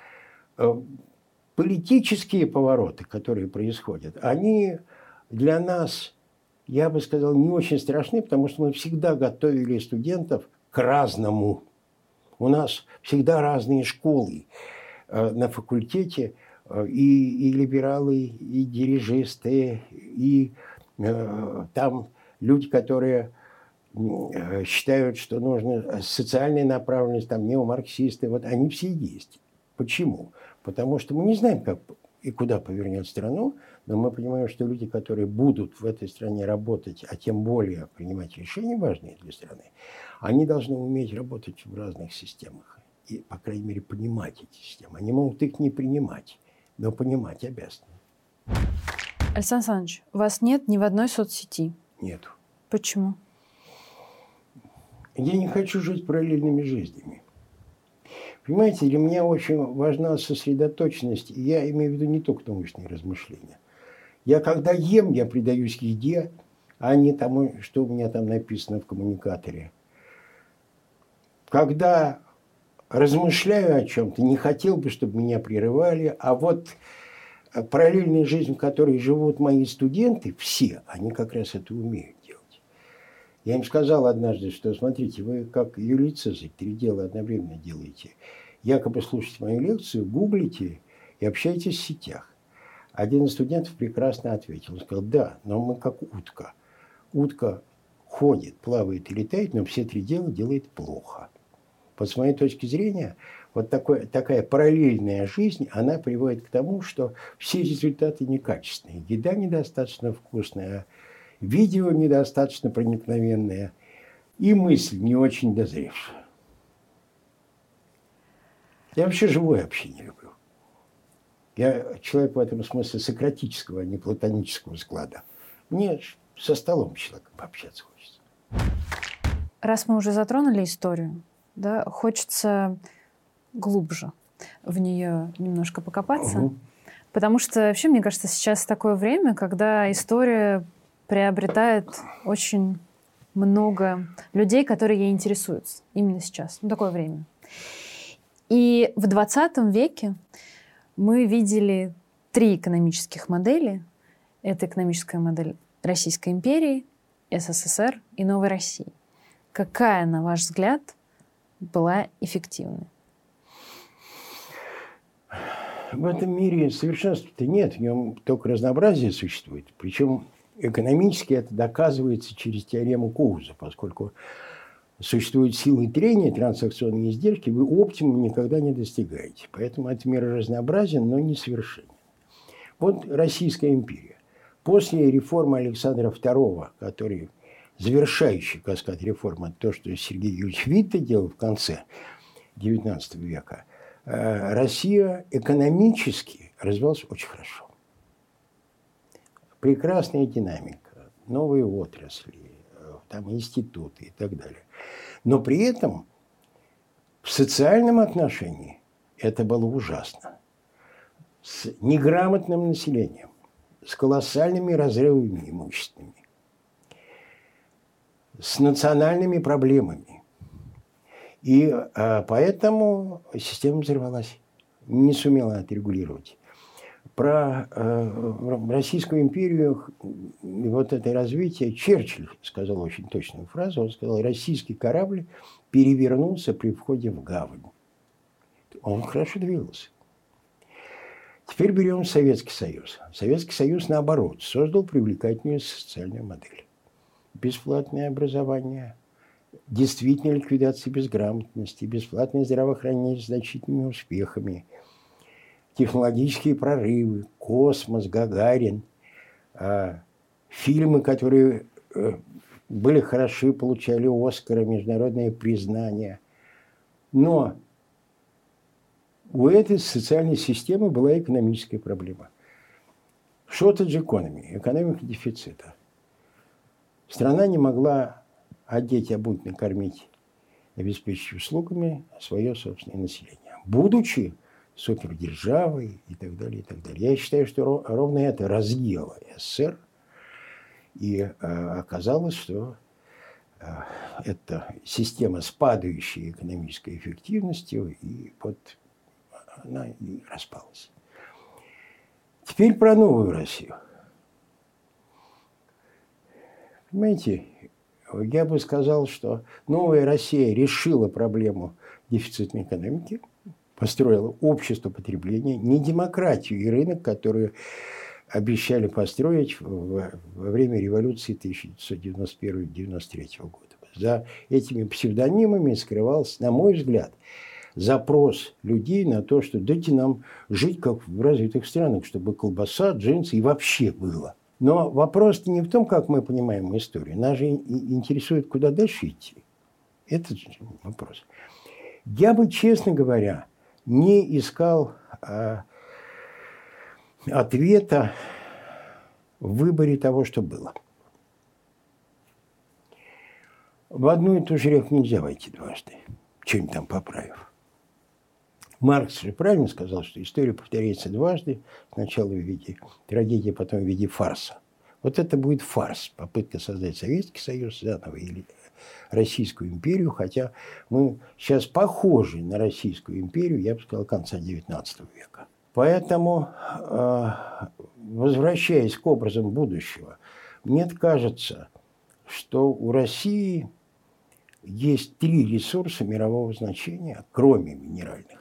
э, политические повороты, которые происходят, они для нас, я бы сказал, не очень страшны, потому что мы всегда готовили студентов к разному. У нас всегда разные школы э, на факультете. И, и либералы, и дирижисты, и э, там люди, которые э, считают, что нужно социальная направленность, там неомарксисты, вот они все есть. Почему? Потому что мы не знаем, как и куда повернет страну, но мы понимаем, что люди, которые будут в этой стране работать, а тем более принимать решения важные для страны, они должны уметь работать в разных системах и, по крайней мере, понимать эти системы. Они могут их не принимать, но понимать обязаны. Александр Александрович, у вас нет ни в одной соцсети? Нету. Почему? Я не хочу жить параллельными жизнями. Понимаете, для меня очень важна сосредоточенность. И я имею в виду не только научные размышления. Я когда ем, я предаюсь еде, а не тому, что у меня там написано в коммуникаторе. Когда размышляю о чем-то, не хотел бы, чтобы меня прерывали, а вот параллельная жизнь, в которой живут мои студенты, все, они как раз это умеют делать. Я им сказал однажды, что, смотрите, вы как Юлий Цезарь, три дела одновременно делаете. якобы слушаете мою лекцию, гуглите и общайтесь в сетях. Один из студентов прекрасно ответил. Он сказал, да, но мы как утка. Утка ходит, плавает и летает, но все три дела делает плохо. Вот с моей точки зрения, вот такой, такая параллельная жизнь, она приводит к тому, что все результаты некачественные. Еда недостаточно вкусная, видео недостаточно проникновенное и мысль не очень дозревшая. Я вообще живое общение люблю. Я человек в этом смысле сократического, а не платонического склада. Мне со столом с человеком пообщаться хочется. Раз мы уже затронули историю, да, хочется глубже в нее немножко покопаться. Угу. Потому что вообще, мне кажется, сейчас такое время, когда история приобретает очень много людей, которые ей интересуются. Именно сейчас. Ну, такое время. И в двадцатом веке мы видели три экономических модели. Это экономическая модель Российской империи, СССР и Новой России. Какая, на ваш взгляд, была эффективной? В этом мире совершенства-то нет, в нем только разнообразие существует. Причем экономически это доказывается через теорему Коуза, поскольку существуют силы трения, транзакционные издержки, вы оптимум никогда не достигаете. Поэтому это мир разнообразен, но не совершенен. Вот Российская империя. После реформы Александра второго, который завершающий каскад реформы, то, что Сергей Юрьевич Витте делал в конце девятнадцатого века, Россия экономически развивалась очень хорошо. Прекрасная динамика, новые отрасли, там институты и так далее. Но при этом в социальном отношении это было ужасно. С неграмотным населением, с колоссальными разрывами имущественными, с национальными проблемами. И а, поэтому система взорвалась, не сумела отрегулировать. Про э, Российскую империю и вот это развитие Черчилль сказал очень точную фразу. Он сказал, российский корабль перевернулся при входе в гавань. Он хорошо двигался. Теперь берем Советский Союз. Советский Союз, наоборот, создал привлекательную социальную модель. Бесплатное образование, действительно ликвидация безграмотности, бесплатное здравоохранение с значительными успехами, технологические прорывы, космос, Гагарин, э, фильмы, которые э, были хороши, получали Оскара, международное признание. Но у этой социальной системы была экономическая проблема. Shortage economy, экономика дефицита. Страна не могла одеть, обуть, накормить, обеспечить услугами свое собственное население. Будучи супердержавой и так далее, и так далее. Я считаю, что ровно это разъело СССР. И э, оказалось, что э, это система с падающей экономической эффективностью, и вот она и распалась. Теперь про новую Россию. Понимаете, я бы сказал, что новая Россия решила проблему дефицитной экономики, построила общество потребления, не демократию и рынок, которые обещали построить во время революции тысяча девятьсот девяносто первого — девяносто третьего года. За этими псевдонимами скрывался, на мой взгляд, запрос людей на то, что дайте нам жить как в развитых странах, чтобы колбаса, джинсы и вообще было. Но вопрос не в том, как мы понимаем историю. Нас же интересует, куда дальше идти. Это вопрос. Я бы, честно говоря, не искал а, ответа в выборе того, что было. В одну и ту же реку нельзя войти дважды, что-нибудь там поправив. Маркс же правильно сказал, что история повторяется дважды, сначала в виде трагедии, потом в виде фарса. Вот это будет фарс, попытка создать Советский Союз заново или Российскую империю, хотя мы сейчас похожи на Российскую империю, я бы сказал, конца девятнадцатого века. Поэтому, возвращаясь к образам будущего, мне кажется, что у России есть три ресурса мирового значения, кроме минеральных.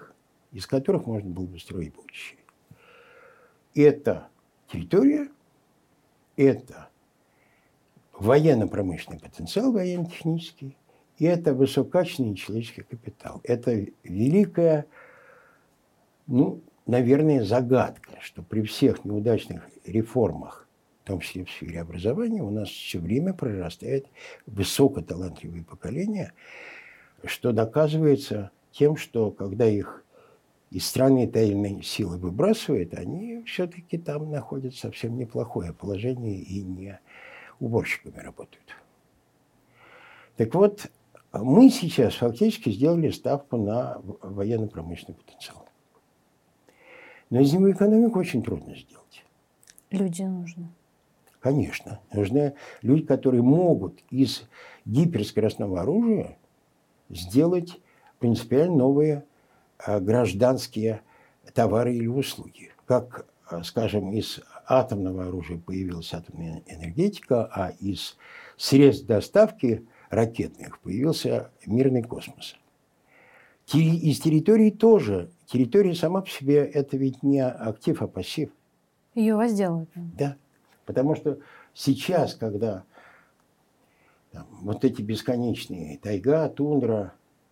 из которых можно было бы строить будущее. Это территория, это военно-промышленный потенциал, военно-технический, и это высококачественный человеческий капитал. Это великая, ну, наверное, загадка, что при всех неудачных реформах, в том числе в сфере образования, у нас все время прорастает высокоталантливые поколения, что доказывается тем, что когда их из страны тайной силы выбрасывают, они все-таки там находят совсем неплохое положение и не уборщиками работают. Так вот, мы сейчас фактически сделали ставку на военно-промышленный потенциал. Но из него экономику очень трудно сделать. Люди нужны. Конечно. Нужны люди, которые могут из гиперскоростного оружия сделать принципиально новые гражданские товары или услуги. Как, скажем, из атомного оружия появилась атомная энергетика, а из средств доставки ракетных появился мирный космос. Из территории тоже. Территория сама по себе – это ведь не актив, а пассив. Ее возделывают. Да. Потому что сейчас, когда там, вот эти бесконечные тайга, тундра,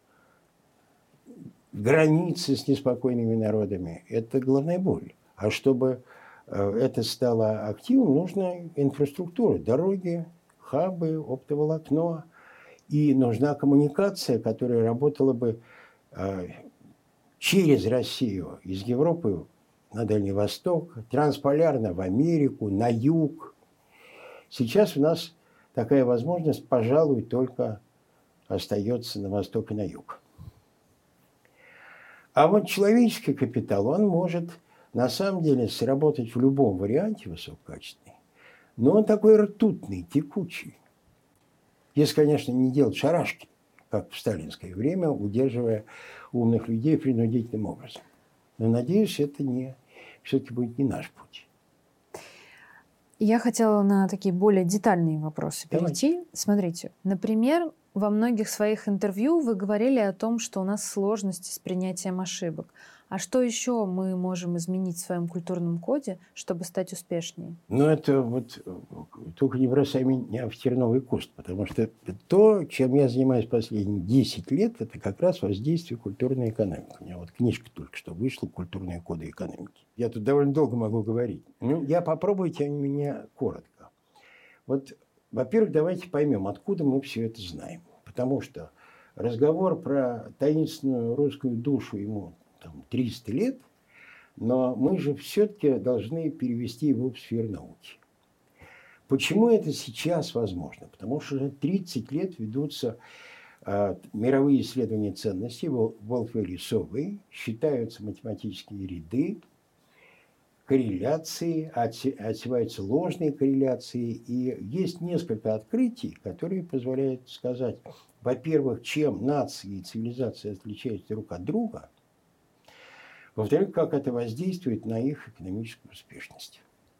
границы с неспокойными народами – это головная боль. А чтобы это стало активом, нужна инфраструктура, дороги, хабы, оптоволокно. И нужна коммуникация, которая работала бы через Россию из Европы на Дальний Восток, трансполярно в Америку, на юг. Сейчас у нас такая возможность, пожалуй, только остается на восток и на юг. А вот человеческий капитал, он может на самом деле сработать в любом варианте высококачественный, но он такой ртутный, текучий. Если, конечно, не делать шарашки, как в сталинское время, удерживая умных людей принудительным образом. Но, надеюсь, это не, все-таки будет не наш путь. Я хотела на такие более детальные вопросы перейти. Давайте. Смотрите, например, во многих своих интервью вы говорили о том, что у нас сложности с принятием ошибок. А что еще мы можем изменить в своем культурном коде, чтобы стать успешнее? Ну, это вот только не бросай меня в терновый куст, потому что то, чем я занимаюсь последние десять лет, это как раз воздействие культурной экономики. У меня вот книжка только что вышла «Культурные коды экономики». Я тут довольно долго могу говорить. Ну, я попробую, тем не менее, коротко. Вот, во-первых, давайте поймем, откуда мы все это знаем. Потому что разговор про таинственную русскую душу ему там, триста лет, но мы же все-таки должны перевести его в сферу науки. Почему это сейчас возможно? Потому что уже тридцать лет ведутся э, мировые исследования ценностей, Волквелл и Совой, считаются математические ряды, корреляции, отсеваются ложные корреляции. И есть несколько открытий, которые позволяют сказать, во-первых, чем нации и цивилизации отличаются друг от друга, во-вторых, как это воздействует на их экономическую успешность.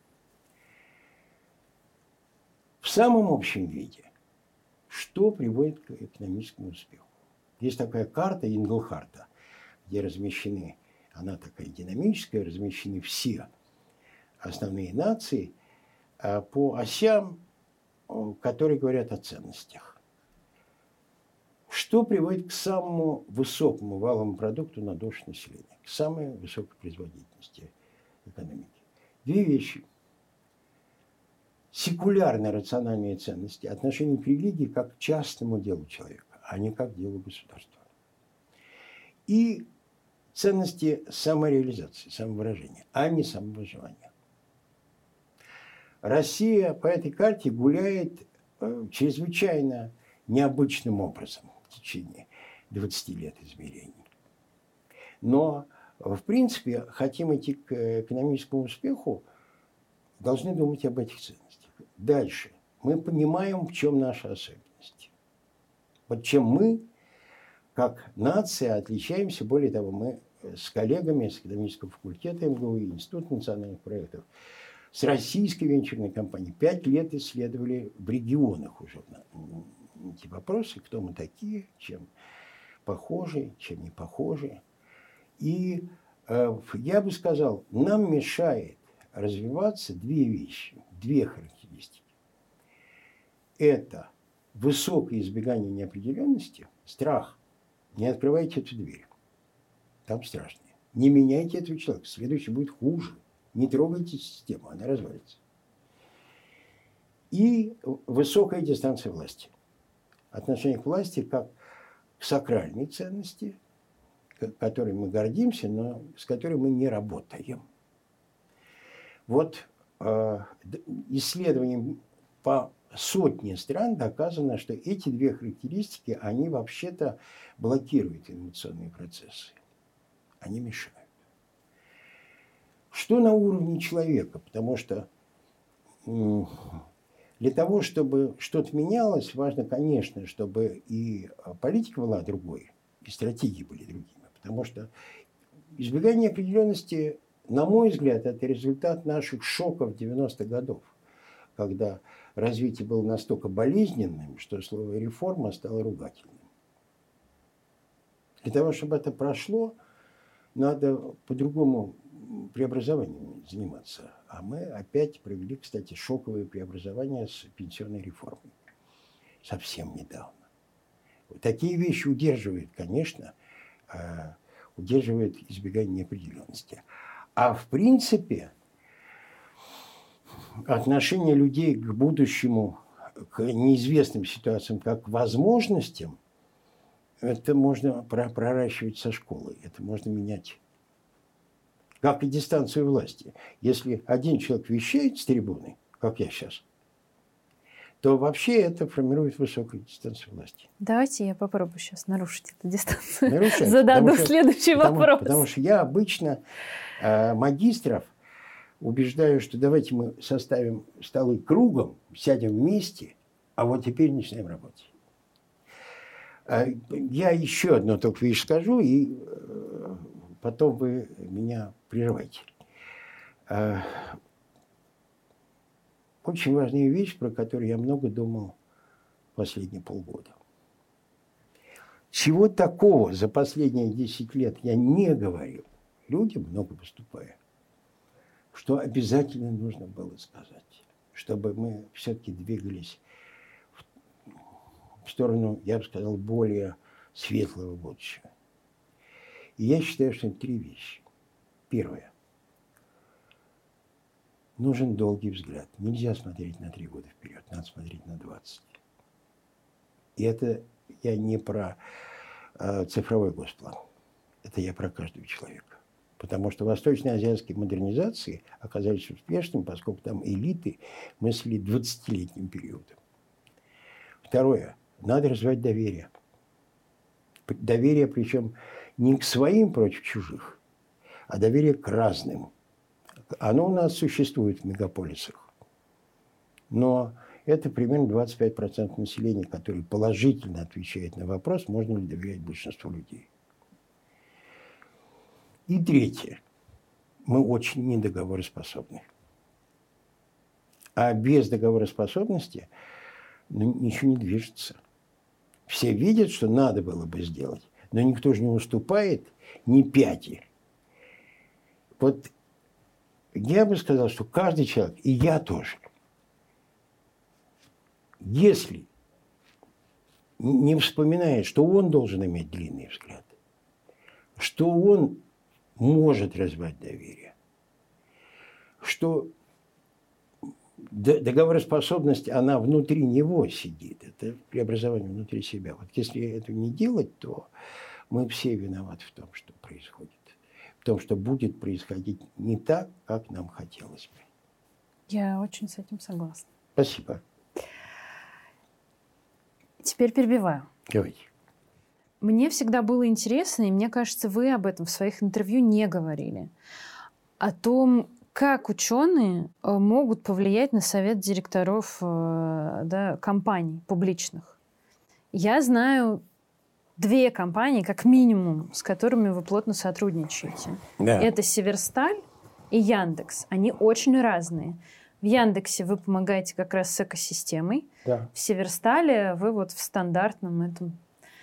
В самом общем виде, что приводит к экономическому успеху? Есть такая карта Инглхарта, где размещены, она такая динамическая, размещены все основные нации по осям, которые говорят о ценностях. Что приводит к самому высокому валовому продукту на душу населения, к самой высокой производительности экономики? Две вещи. Секулярные рациональные ценности, отношение к религии как к частному делу человека, а не как к делу государства. И ценности самореализации, самовыражения, а не самовыживания. Россия по этой карте гуляет э, чрезвычайно необычным образом в течение двадцати лет измерений. Но, в принципе, хотим идти к экономическому успеху, должны думать об этих ценностях. Дальше. Мы понимаем, в чем наша особенность. Вот чем мы, как нация, отличаемся. Более того, мы с коллегами с экономического факультета эм гэ у и, Института национальных проектов, с российской венчурной компанией пять лет исследовали в регионах уже эти вопросы, кто мы такие, чем похожи, чем не похожи. И э, я бы сказал, нам мешает развиваться две вещи, две характеристики. Это высокое избегание неопределенности, страх. Не открывайте эту дверь. Там страшно. Не меняйте этого человека. Следующий будет хуже. Не трогайте систему, она развалится. И высокая дистанция власти. Отношение к власти как к сакральной ценности, которой мы гордимся, но с которой мы не работаем. Вот э, исследованием по сотне стран доказано, что эти две характеристики, они вообще-то блокируют инновационные процессы. Они мешают. Что на уровне человека? Потому что для того, чтобы что-то менялось, важно, конечно, чтобы и политика была другой, и стратегии были другими. Потому что избегание неопределенности, на мой взгляд, это результат наших шоков девяностых годов, когда развитие было настолько болезненным, что слово «реформа» стало ругательным. Для того, чтобы это прошло, надо по-другому преобразованием заниматься. А мы опять провели, кстати, шоковые преобразования с пенсионной реформой. Совсем недавно. Вот такие вещи удерживают, конечно, удерживают избегание неопределенности. А в принципе, отношение людей к будущему, к неизвестным ситуациям, как к возможностям, это можно проращивать со школы, это можно менять. Как и дистанцию власти. Если один человек вещает с трибуны, как я сейчас, то вообще это формирует высокую дистанцию власти. Давайте я попробую сейчас нарушить эту дистанцию. Нарушайте, Зададу потому что, следующий потому, вопрос. Потому что я обычно э, магистров убеждаю, что давайте мы составим столы кругом, сядем вместе, а вот теперь начинаем работать. Я еще одну только вещь скажу, и потом вы меня прерывайте. Очень важная вещь, про которую я много думал последние полгода. Чего такого за последние десять лет я не говорил, людям, много выступая, что обязательно нужно было сказать, чтобы мы все-таки двигались в сторону, я бы сказал, более светлого будущего. И я считаю, что это три вещи. Первое. Нужен долгий взгляд. Нельзя смотреть на три года вперед, надо смотреть на двадцать. И это я не про э, цифровой госплан. Это я про каждого человека. Потому что восточноазиатские модернизации оказались успешными, поскольку там элиты мыслили двадцатилетним периодом. Второе. Надо развивать доверие. Доверие, причем не к своим против чужих, а доверие к разным. Оно у нас существует в мегаполисах. Но это примерно двадцать пять процентов населения, которые положительно отвечают на вопрос, можно ли доверять большинству людей. И третье. Мы очень недоговороспособны. А без договороспособности ну, ничего не движется. Все видят, что надо было бы сделать, но никто же не уступает ни пяти. Вот я бы сказал, что каждый человек, и я тоже, если не вспоминает, что он должен иметь длинный взгляд, что он может развивать доверие, что договороспособность, она внутри него сидит. Это преобразование внутри себя. Вот если этого не делать, то мы все виноваты в том, что происходит. В том, что будет происходить не так, как нам хотелось бы. Я очень с этим согласна. Спасибо. Теперь перебиваю. Говорите. Мне всегда было интересно, и мне кажется, вы об этом в своих интервью не говорили, о том, как ученые могут повлиять на совет директоров да, компаний публичных. Я знаю две компании, как минимум, с которыми вы плотно сотрудничаете. Да. Это Северсталь и Яндекс. Они очень разные. В Яндексе вы помогаете как раз с экосистемой. Да. В Северстале вы вот в стандартном этом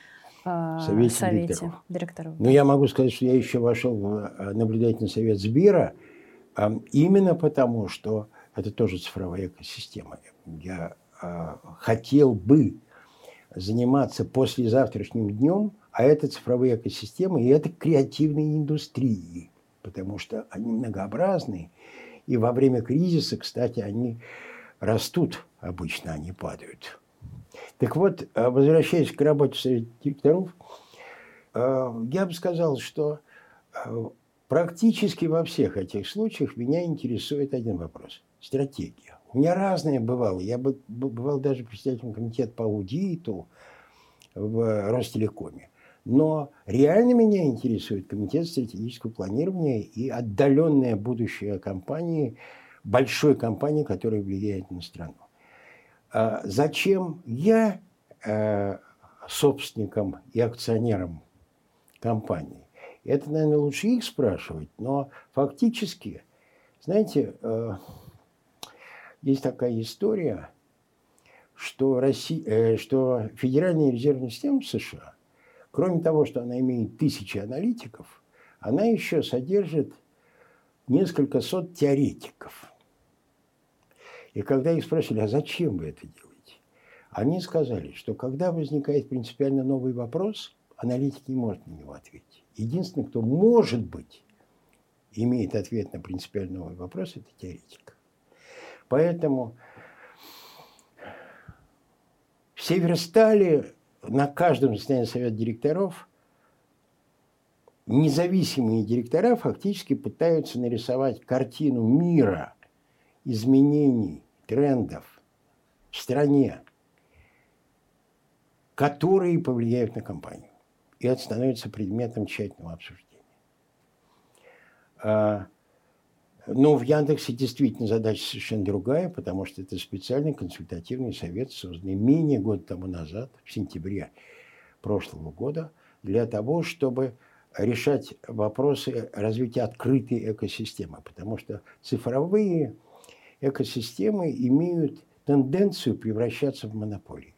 э, совете, совете директоров. директоров. Но я могу сказать, что я еще вошел в наблюдательный совет Сбера именно потому, что это тоже цифровая экосистема. Я э, хотел бы заниматься послезавтрашним днем, а это цифровые экосистемы, и это креативные индустрии, потому что они многообразны, и во время кризиса, кстати, они растут обычно, они падают. Так вот, возвращаясь к работе совета директоров, я бы сказал, что практически во всех этих случаях меня интересует один вопрос – стратегия. У меня разное бывало. Я бывал даже председателем комитета по аудиту в Ростелекоме. Но реально меня интересует комитет стратегического планирования и отдаленное будущее компании, большой компании, которая влияет на страну. А зачем я э, собственником и акционером компании? Это, наверное, лучше их спрашивать, но фактически, знаете, э, есть такая история, что, Россия, э, что Федеральная резервная система США, кроме того, что она имеет тысячи аналитиков, она еще содержит несколько сот теоретиков. И когда их спросили, а зачем вы это делаете? Они сказали, что когда возникает принципиально новый вопрос, аналитик не может на него ответить. Единственный, кто, может быть, имеет ответ на принципиально новый вопрос, это теоретик. Поэтому в Северстале на каждом заседании совета директоров независимые директора фактически пытаются нарисовать картину мира, изменений, трендов в стране, которые повлияют на компанию. И это становится предметом тщательного обсуждения. Но в Яндексе действительно задача совершенно другая, потому что это специальный консультативный совет, созданный менее года тому назад, в сентябре прошлого года, для того, чтобы решать вопросы развития открытой экосистемы. Потому что цифровые экосистемы имеют тенденцию превращаться в монополии.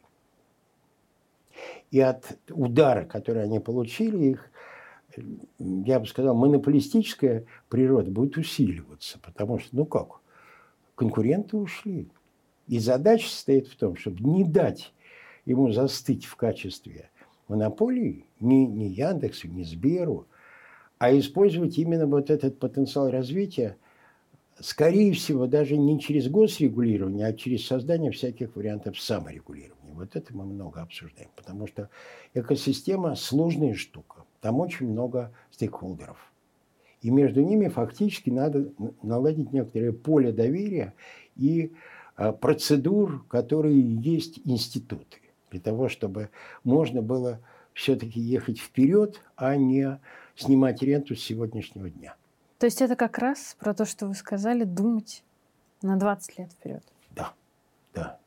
И от удара, который они получили, их, я бы сказал, монополистическая природа будет усиливаться. Потому что, ну как, конкуренты ушли. И задача состоит в том, чтобы не дать ему застыть в качестве монополии, ни, ни Яндексу, ни Сберу, а использовать именно вот этот потенциал развития, скорее всего, даже не через госрегулирование, а через создание всяких вариантов саморегулирования. Вот это мы много обсуждаем, потому что экосистема – сложная штука. Там очень много стейкхолдеров. И между ними фактически надо наладить некоторое поле доверия и а, процедур, которые есть институты, для того, чтобы можно было все-таки ехать вперед, а не снимать ренту с сегодняшнего дня. То есть это как раз про то, что вы сказали, думать на двадцать лет вперед. Да, да.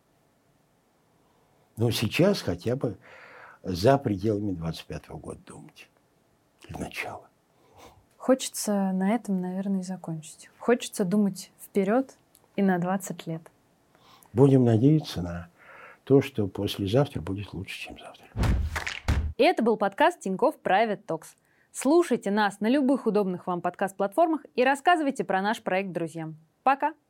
Но сейчас хотя бы за пределами двадцать пятого года думать. Для начала. Хочется на этом, наверное, и закончить. Хочется думать вперед и на двадцать лет. Будем надеяться на то, что послезавтра будет лучше, чем завтра. И это был подкаст Тинькофф Private Talks. Слушайте нас на любых удобных вам подкаст-платформах и рассказывайте про наш проект друзьям. Пока!